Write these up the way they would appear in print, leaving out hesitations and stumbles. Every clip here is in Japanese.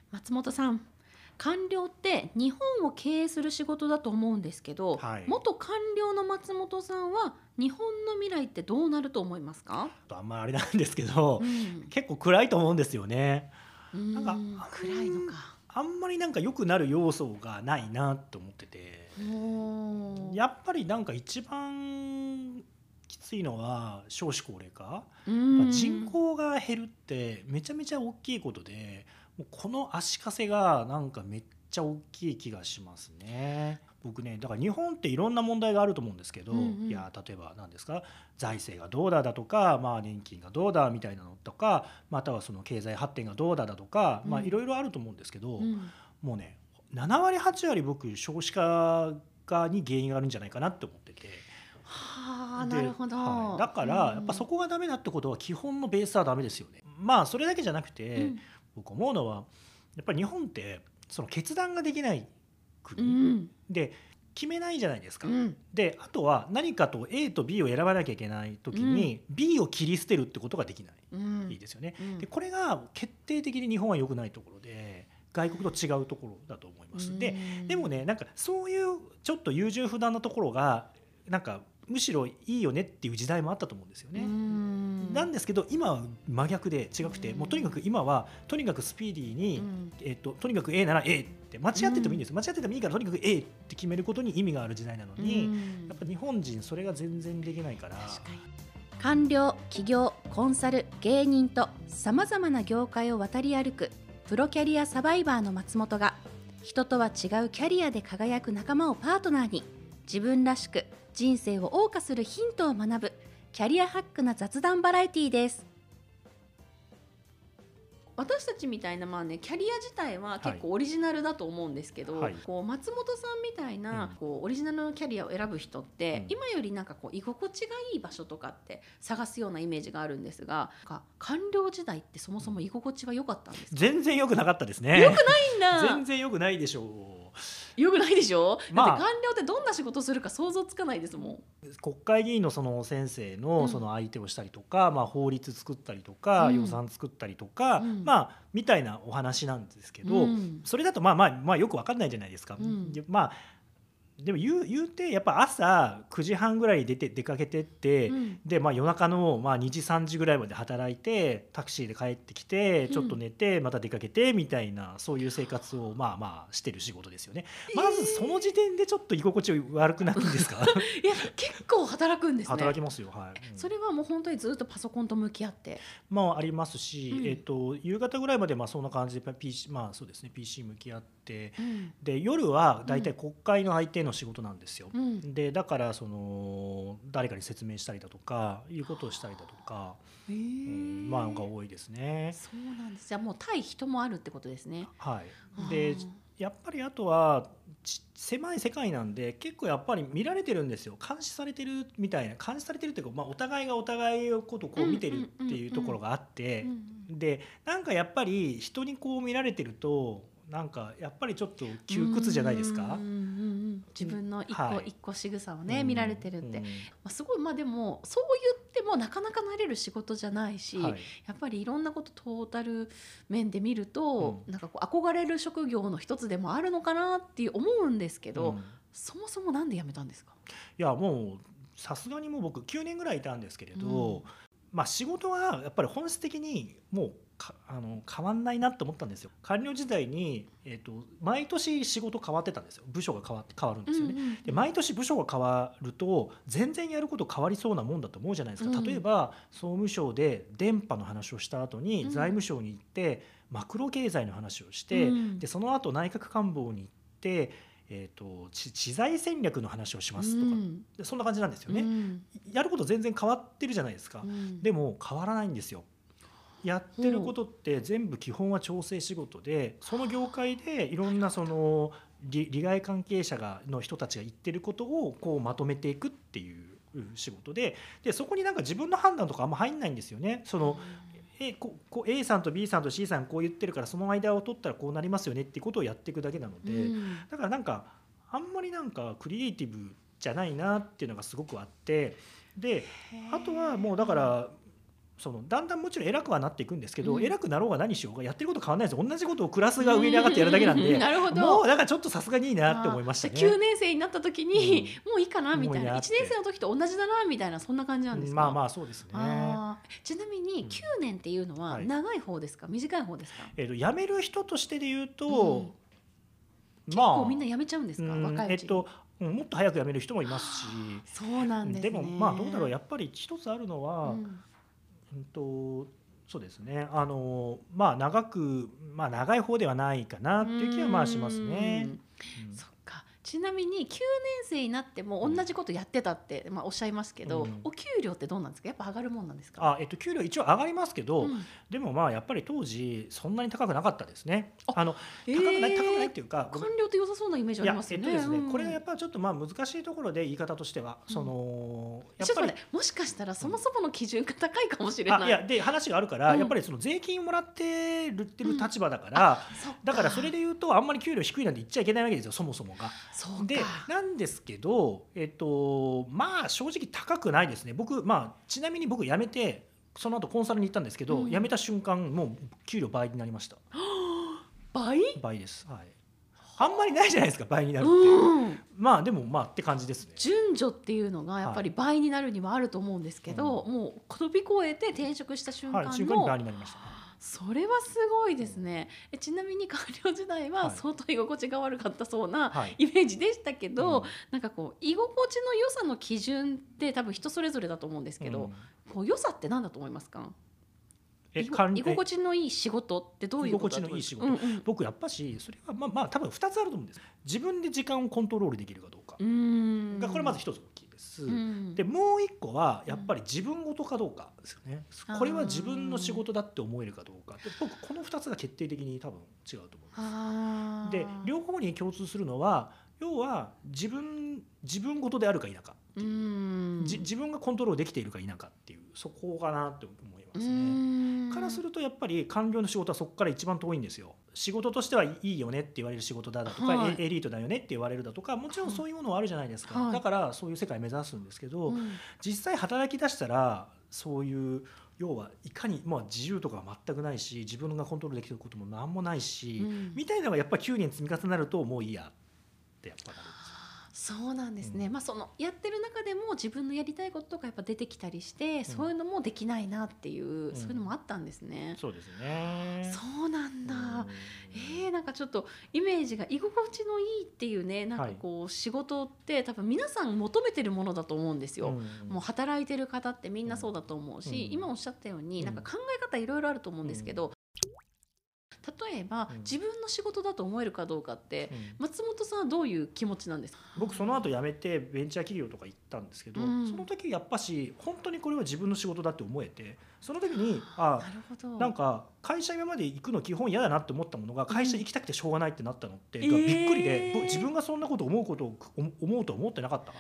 松本さん、官僚って日本を経営する仕事だと思うんですけど、 はい。 元官僚の松本さんは日本の未来ってどうなると思いますか？ あんまりあれなんですけど、 うん、 結構暗いと思うんですよね。 うなんかーん、暗いのか。 あんまりなんか良くなる要素がないなと思ってて、 おー、 やっぱりなんか一番きついのは少子高齢化。やうーっぱ人ん、 口が減るってめちゃめちゃ大きいことで、もうこの足かせがなんかめっちゃ大きい気がしますね。僕ね、だから日本っていろんな問題があると思うんですけど、 うんうん、 いや例えば何ですか、財政がどうだだとか、まあ、年金がどうだみたいなのとか、またはその経済発展がどうだだとか、まあ、いろいろあると思うんですけど、 うん、 もうね7割8割僕少子化に原因があるんじゃないかなって思ってて。 はあ、なるで、 ほど。 はい、だかうらやっぱそん、 こがダメだってことは基本のベースはダメですよね。まあそれだけじゃなくて、 うん、 僕思うのはやっぱり日本ってその決断ができないう国ん、 で、決めないじゃないですか。 うん、 であとは何かと A と B を選ばなきゃいけない時うん、 に B を切り捨てるってことができない、 うん、 いいですよね。 うん、 でこれが決定的に日本は良くないところで、外国と違うところだと思います。でもね、なんかそういうちょっと優柔不断なところがなんかむしろいいよねっていう時代もあったと思うんですようね。なん、 んですけど今は真逆で違くて、もうとにかく今はとにかくスピーディーに、 うん、 とにかく A なら A って間違っててもいいんですよ。間違っててもいいからとにかく A って決めることに意味がある時代なのうに、 ん、 やっぱ日本人それが全然できないから。 確かに。官僚、企業、コンサル、芸人とさまざまな業界を渡り歩くプロキャリアサバイバーの松本が、人とは違うキャリアで輝く仲間をパートナーに、自分らしく人生を謳歌するヒントを学ぶキャリアハックな雑談バラエティーです。私たちみたいな、まあね、キャリア自体は結構オリジナルだと思うんですけど、 はい、 こう松本さんみたいな、こうオリジナルのキャリアを選ぶ人って、今よりなんかこう居心地がいい場所とかって探すようなイメージがあるんですが、なんか官僚時代ってそもそも居心地は良かったんですか？ 全然良くなかったですね。 良くないんだ。 全然良くないでしょ良くないでしょ。 まあだって官僚ってどんな仕事するか想像つかないですもん。 う。国会議員のその先生うんのその相手をしたりとか、まあ、法律作ったりとか、 うん予算作ったりとか、 うんまあみたいなお話なんですけど、 うんそれだとまあよく分かんないじゃないですか。 うんまあでも言うてやっぱ朝9時半ぐらいに出かけてって、 うんで、まあ、夜中のまあ2時3時ぐらいまで働いてタクシーで帰ってきてちょっと寝てまた出かけてみたいな、そういう生活をまあまあしてる仕事ですよね。まずその時点でちょっと居心地悪くないんですか？ いや結構働くんですね。 働きますよ、はい。 それはもう本当にずっとパソコンと向き合って。 まあありますし、 うん夕方ぐらいまでまあそんな感じで PC、まあそうですね、 PC 向き合って、 うんで夜はだいたい国会の相手の仕事なんですよ。 うん、 でだからその誰かに説明したりだとかいうことをしたりだとか、 へえ、 まあが多いですね。 そうなんです。じゃあもう対人もあるってことですね。 はい。 あでーやっぱりあとは狭い世界なんで結構やっぱり見られてるんですよ。監視されてるみたいな、監視されてるっていうか、まあ、お互いがお互いのことをこう見てるっていうところがあってうんうん、 でなんかやっぱり人にこう見られてるとなんかやっぱりちょっと窮屈じゃないですか。 自分の一個、 はい一個仕草をね、見られてるって、 うんまあ、すごい。まあでもそう言ってもなかなかなれる仕事じゃないし、 はいやっぱりいろんなことトータル面で見ると、なんかこう憧れる職業の一つでもあるのかなって思うんですけど、そもそもなんで辞めたんですか？ いやもうさすがにもう僕9年ぐらいいたんですけれど、 うんまあ仕事はやっぱり本質的にもう変わんないなと思ったんですよ。官僚時代に、毎年仕事変わってたんですよ。部署が変わるんですよね。で毎年部署が変わると全然やること変わりそうなもんだと思うじゃないですか。例えば総務省で電波の話をした後に財務省に行ってマクロ経済の話をして、でその後内閣官房に行って、知財戦略の話をしますとか、でそんな感じなんですよね。やること全然変わってるじゃないですか。でも変わらないんですよ。やってることって全部基本は調整仕事で、その業界でいろんなその利害関係者の人たちが言ってることをこうまとめていくっていう仕事で、そこになんか自分の判断とかあんま入んないんですよね。そのA さんと B さんと C さんこう言ってるからその間を取ったらこうなりますよねっていうことをやっていくだけなので、だからなんかあんまりなんかクリエイティブじゃないなっていうのがすごくあって、であとはもうだからそのだんだんもちろん偉くはなっていくんですけど、 うん偉くなろうが何しようがやってること変わらないですよ。同じことをクラスが上に上がってやるだけなんで、 なるほど。 もうだからちょっとさすがにいいなって思いましたね。 じゃあ9年生になった時に、もういいかなみたいな、 もういいなって 1年生の時と同じだなみたいな、そんな感じなんですか？ まあまあそうですね。 ちなみに9年っていうのははい長い方ですか、短い方ですか？ 辞める人としてで言うと、 結構みんな辞めちゃうんですか、 うん若いうちに。 もっと早く辞める人もいますし、 そうなんですね。 でもまあどうだろう、やっぱり一つあるのは、 うんそうですね、まあ長い方ではないかなっていう気はまあしますね。 そっか。ちなみに9年生になっても同じことやってたって、おっしゃいますけど、お給料ってどうなんですか？やっぱ上がるもんなんですか？ 給料一応上がりますけど、でもまあやっぱり当時そんなに高くなかったですね。高くないっていうか、 官僚って良さそうなイメージありますよね。 ですね、これはやっぱりちょっとまあ難しいところで、言い方としては、やっぱりもしかしたらそもそもの基準が高いかもしれない。 いやで話があるから、やっぱりその税金をもらってる立場だから、だからそれで言うとあんまり給料低いなんて言っちゃいけないわけですよ、そもそもが。でなんですけど、まあ正直高くないですね。僕ちなみに僕辞めてその後コンサルに行ったんですけど、辞めた瞬間もう給料倍になりました。倍です、はい。あんまりないじゃないですか、倍になるって。まあでもまあって感じですね。 順序っていうのがやっぱり倍になるにはあると思うんですけど、もう飛び越えて転職した瞬間に倍になりましたね。 それはすごいですね。ちなみに官僚時代は相当居心地が悪かったそうなイメージでしたけど、なんかこう居心地の良さの基準って多分人それぞれだと思うんですけど、こう良さって何だと思いますか？居心地のいい仕事ってどういうことだと思いますか？ 僕やっぱしそれはまあ多分2つあると思うんです。自分で時間をコントロールできるかどうかがこれまず一つ大きいです。でもう一個はやっぱり自分事かどうかですよね。これは自分の仕事だって思えるかどうか。で僕この2つが決定的に多分違うと思います。で両方に共通するのは、要は自分事であるか否か、自分がコントロールできているか否かっていう、そこかなって思いますね。からするとやっぱり官僚の仕事はそこから一番遠いんですよ。仕事としてはいいよねって言われる仕事だとか、エリートだよねって言われるだとか、もちろんそういうものはあるじゃないですか。だからそういう世界を目指すんですけど、実際働き出したらそういう要はいかに自由とか全くないし、自分がコントロールできることも何もないし、みたいなのがやっぱり9年積み重なるともういいやってやっぱなるんですよ。 そうなんですね。そのやってる中でも自分のやりたいこととかやっぱ出てきたりして、そういうのもできないなっていう、そういうのもあったんですね。 そうですね。 そうなんだ。なんかちょっとイメージが居心地のいいっていうね、なんかこう仕事って多分皆さん求めてるものだと思うんですよ。もう働いてる方ってみんなそうだと思うし、今おっしゃったようになんか考え方いろいろあると思うんですけど、例えば、自分の仕事だと思えるかどうかって、松本さんはどういう気持ちなんですか？僕その後辞めてベンチャー企業とか行ったんですけど、その時やっぱし本当にこれは自分の仕事だって思えて、その時になんか会社今まで行くの基本嫌だなって思ったものが、会社行きたくてしょうがないってなったのってびっくりで、自分がそんなこと思うとは思ってなかったから。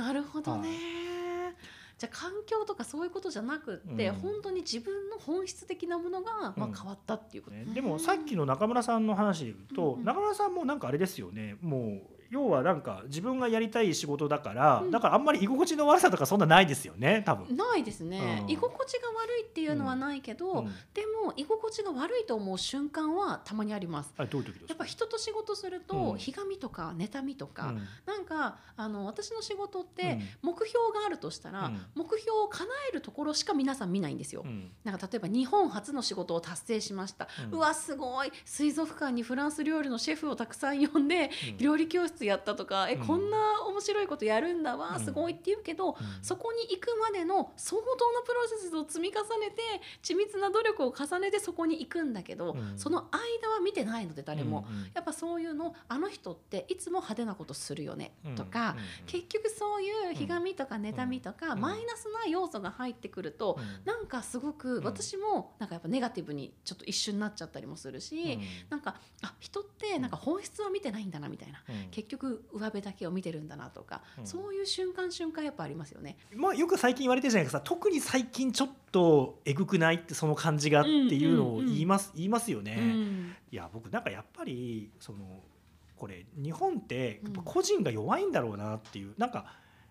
なるほどね。じゃあ環境とかそういうことじゃなくって、本当に自分の本質的なものが変わったっていうこと、 でもさっきの中村さんの話で言うと、中村さんもなんかあれですよね、もう要はなんか自分がやりたい仕事だから、だからあんまり居心地の悪さとかそんなないですよね、多分。 ないですね。居心地が悪いっていうのはないけど、でも居心地が悪いと思う瞬間はたまにあります。 どういう時ですか？ やっぱ人と仕事すると、ひがみとか妬みとか、なんか私の仕事って目標があるとしたら、目標を叶えるところしか皆さん見ないんですよ。なんか例えば日本初の仕事を達成しました、うわすごい、水族館にフランス料理のシェフをたくさん呼んで、料理教室やったとか、こんな面白いことやるんだわ、すごいって言うけど、そこに行くまでの相当なプロセスを積み重ねて、緻密な努力を重ねてそこに行くんだけど、その間は見てないので誰も、やっぱそういうの、あの人っていつも派手なことするよねとか、結局そういうひがみとか妬みとか、マイナスな要素が入ってくると、なんかすごく私もなんかやっぱネガティブにちょっと一瞬なっちゃったりもするし、なんか人ってなんか本質は見てないんだなみたいな、結局上辺だけを見てるんだなとか、そういう瞬間やっぱありますよね。 よく最近言われてるじゃないですか。特に最近ちょっとえぐくないってその感じがっていうのを言いますよね。いや僕なんかやっぱりこれ日本ってやっぱ個人が弱いんだろうなっていう、なんか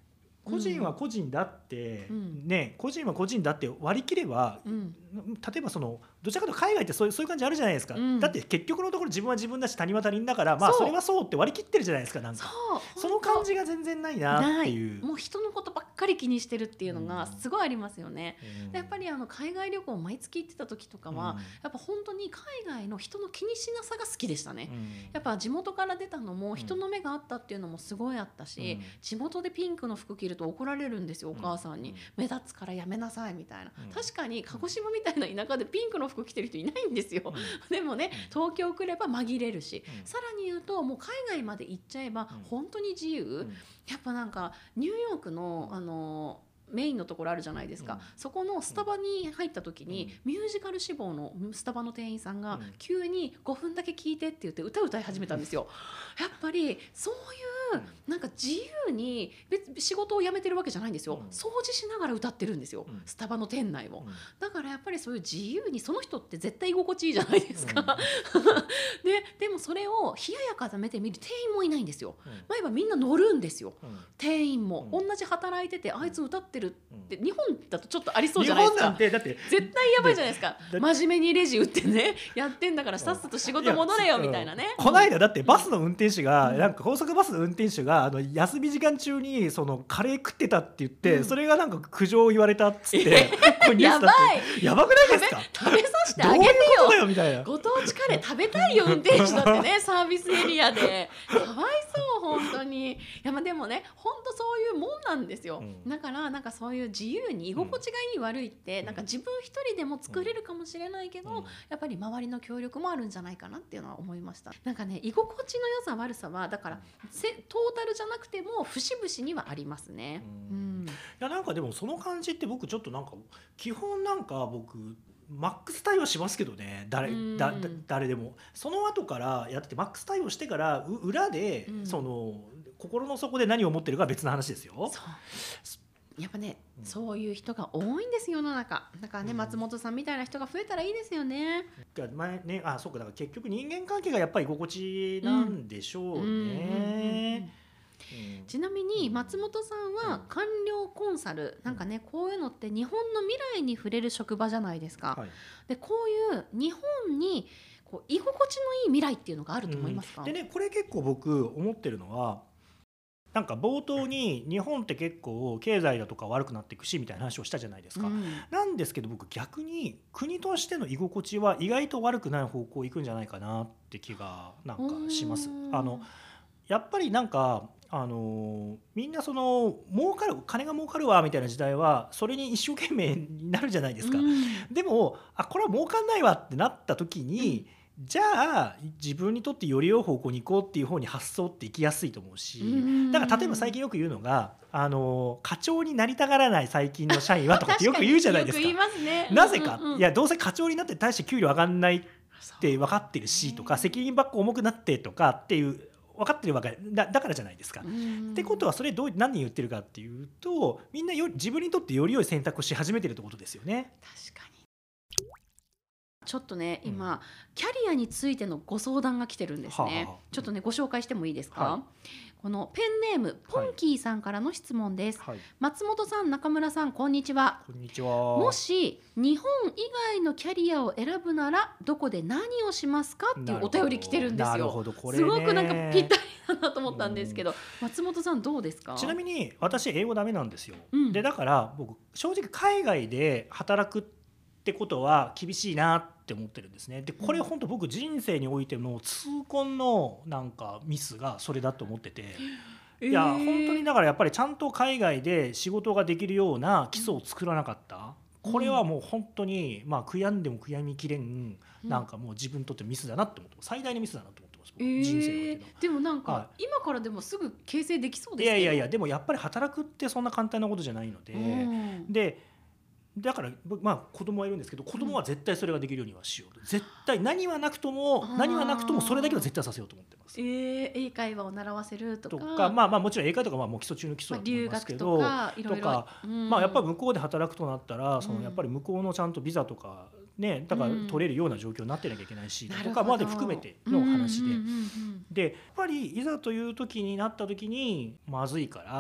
個人は個人だって、 うんね、個人は個人だって割り切れば、 うん例えばどちらかというと海外ってそういう感じあるじゃないですか、 うんだって結局のところ自分は自分だし他人は他人だから、まあそうそれはそうって割り切ってるじゃないですか。なんかその感じが全然ないなっていう。 もう人のことばっかり気にしてるっていうのがうんすごいありますよね。 うんでやっぱり海外旅行毎月行ってた時とかは、 うんやっぱ本当に海外の人の気にしなさが好きでしたね。 うんやっぱ地元から出たのも人の目があったっていうのもすごいあったし、 うん地元でピンクの服着ると怒られるんですよ、お母さんに、 うん目立つからやめなさいみたいな、 うん確かに鹿児島みたいな田舎でピンクの服着てる人いないんですよ、でもね東京来れば紛れるし、 うんさらに言うともう海外まで行っちゃえばうん本当に自由、 うんやっぱなんかニューヨークのメインのところあるじゃないですか、 うんそこのスタバに入った時に、ミュージカル志望のスタバの店員さんがうん急に5分だけ聴いてって言って歌い始めたんですよ。やっぱりそういうなんか自由に仕事を辞めてるわけじゃないんですよ、 うん掃除しながら歌ってるんですよ、 うんスタバの店内を、 うんだからやっぱりそういう自由にその人って絶対居心地いいじゃないですか、でもそれを冷ややかな目で見る店員もいないんですよ。前はみんな乗るんですよ、 うん店員も、 うん同じ働いててあいつ歌ってるって、 うん日本だとちょっとありそうじ日ゃないですか本なん。てだって絶対やばいじゃないですか。 だ真面目にレジ打ってねやってんだからさっさと仕事戻れよみたいなね。 この間だってバスの運転手が、 うんなんか高速バスの運転手が休み時間中にカレー食ってたって言って、 うんそれがなんか苦情を言われたっつって、これニュースだってやばくないですか。 食べさせてどういうあげてことだよ。 よみたいな。 ご当地カレー食べたいよ運転手だってねサービスエリアでかわいそう本当に。いやまあでもね本当そういうもんなんですよ、 うんだからなんかそういう自由に居心地がいい悪いって、 うんなんか自分一人でも作れるかもしれないけど、 うんやっぱり周りの協力もあるんじゃないかなっていうのは思いました。なんかね居心地の良さ悪さはだからトータルじゃなくても節々にはありますね。 ううんんいやなんかでもその感じって僕ちょっとなんか基本なんか僕マックス対応しますけどね、誰でもその後からやっててマックス対応してから裏で、 うん心の底で何を思ってるかは別の話ですよ。 そうやっぱね、 うんそういう人が多いんです世の中だからね、 うん松本さんみたいな人が増えたらいいですよね。 前ね、そうか、だから結局人間関係がやっぱり居心地なんでしょうね。 ちなみに松本さんは官僚コンサルなんかねこういうのって日本の未来に触れる職場じゃないですか、 はいでこういう日本にこう居心地のいい未来っていうのがあると思いますか？ でね、これ結構僕思ってるのはなんか冒頭に日本って結構経済だとか悪くなっていくしみたいな話をしたじゃないですか、 うんなんですけど僕逆に国としての居心地は意外と悪くない方向行くんじゃないかなって気がなんかします。やっぱりなんかみんな儲かる金が儲かるわみたいな時代はそれに一生懸命になるじゃないですか、 うんでもこれは儲かんないわってなった時に、じゃあ自分にとってより良い方向に行こうっていう方に発想っていきやすいと思うし、だから例えば最近よく言うのが課長になりたがらない最近の社員はとかってよく言うじゃないですか。 よく言いますね。 なぜか、 うんうんうんいやどうせ課長になって大して給料上がんないって分かってるしとか、責任ばっか重くなってとかっていう分かってるわけだからじゃないですか。ってことはそれ何言ってるかっていうとみんな自分にとってより良い選択をし始めてるってことですよね。 確かにちょっとねうん今、キャリアについてのご相談が来てるんですね、 はあはあちょっとねご紹介してもいいですか、 はこのペンネームポンキーさんからの質問です、 はい、 松本さん中村さんこんにちは。 こんにちは。 もし日本以外のキャリアを選ぶならどこで何をしますかっていうお便り来てるんですなるよ。 ほどこれねすごくなんかぴったりだなと思ったんですけど、松本さんどうですか？ ちなみに私英語ダメなんですよ、 うんでだから僕正直海外で働くってことは厳しいなって思ってるんですね。でこれ本当僕人生においての痛恨のなんかミスがそれだと思ってて、いや本当にだからやっぱりちゃんと海外で仕事ができるような基礎を作らなかった、これはもう本当に悔やんでも悔やみきれん、なんかもう自分にとってミスだなって思ってます。最大のミスだなと思ってます、人生においての。 でもなんか、 は今からでもすぐ形成できそうですけど。 いやでもやっぱり働くってそんな簡単なことじゃないので、でだから子供はいるんですけど子供は絶対それができるようにはしようと、絶対何はなくともそれだけは絶対させようと思ってます。 英会話を習わせるとかもちろん英会とかもう基礎中の基礎だと思いますけど、 留学とかいろいろやっぱり向こうで働くとなったらやっぱり向こうのちゃんとビザとかねだから取れるような状況になってなきゃいけないし、とかまで含めての話で、でやっぱりいざという時になった時にまずいから。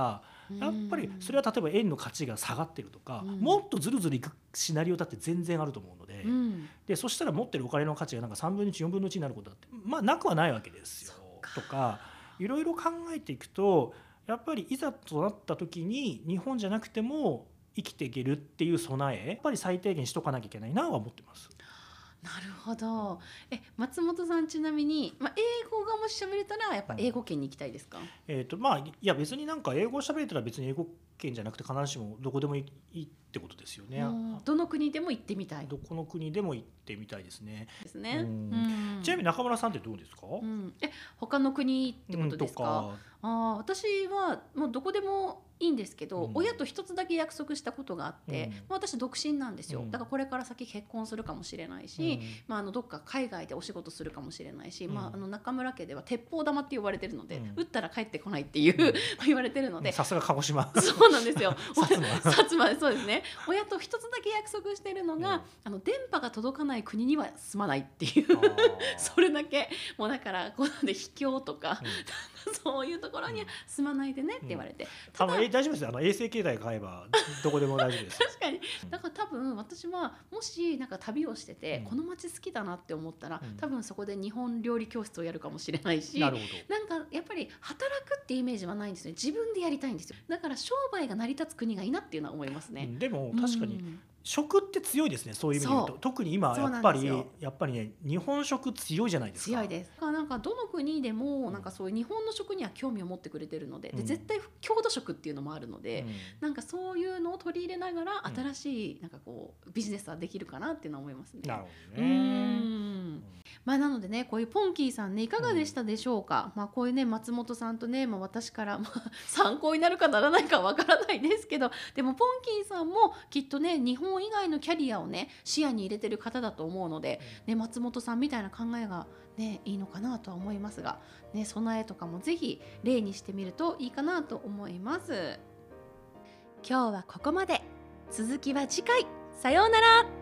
やっぱりそれは例えば円の価値が下がってるとか、 うん、 もっとずるずるいくシナリオだって全然あると思うので、 うん、 でそしたら持ってるお金の価値がなんか3分の1、4分の1になることだってまあなくはないわけですよ。とかいろいろ考えていくと、やっぱりいざとなった時に日本じゃなくても生きていけるっていう備え、やっぱり最低限しとかなきゃいけないなとは思ってます。 なるほど。松本さんちなみに、英語がもし喋れたらやっぱ英語圏に行きたいですか？ まあいや別になんか英語喋れたら別に英語圏じゃなくて必ずしもどこでもいいってことですよね。 どの国でも行ってみたい。 どこの国でも行ってみたいですね。 ですね。 ちなみに中村さんってどうですか？ 他の国ってことですか？私はもうどこでもいいんですけど、親と一つだけ約束したことがあって、私独身なんですよ。だからこれから先結婚するかもしれないし、どっか海外でお仕事するかもしれないし、中村家では鉄砲玉って呼ばれてるので、撃ったら帰ってこないっていう言われてるので、 さすが鹿児島。 そうなんですよ。 薩摩そうですね。親と一つだけ約束してるのが、電波が届かない国には住まないっていうそれだけ。もうだからこうなんで秘境とか、そういうところには住まないでねって言われて、 大丈夫ですよ。衛星携帯買えばどこでも大丈夫です。 確かに。だから多分私はもしなんか旅をしてて、この街好きだなって思ったら、多分そこで日本料理教室をやるかもしれないし、なんかやっぱり働くっていうイメージはないんですね。自分でやりたいんですよ。だから商売が成り立つ国がいいなっていうのは思いますね。 でも確かに食って強いですね。そういう意味で言うと、特に今やっぱりね、日本食強いじゃないですか。 強いです。なんかどの国でもなんかそういう日本の食には興味を持ってくれてるので、絶対郷土食っていうのもあるので、なんかそういうのを取り入れながら新しいなんかこうビジネスはできるかなっていうのは思いますね。 なるほどね。 なのでね、こういうポンキーさんね、いかがでしたでしょうか？こういうね松本さんとね、私から参考になるかならないかわからないですけど、でもポンキーさんもきっとね日本以外のキャリアをね視野に入れてる方だと思うので、松本さんみたいな考えがねいいのかなとは思いますが、備えとかもぜひ例にしてみるといいかなと思います。今日はここまで。続きは次回。さようなら。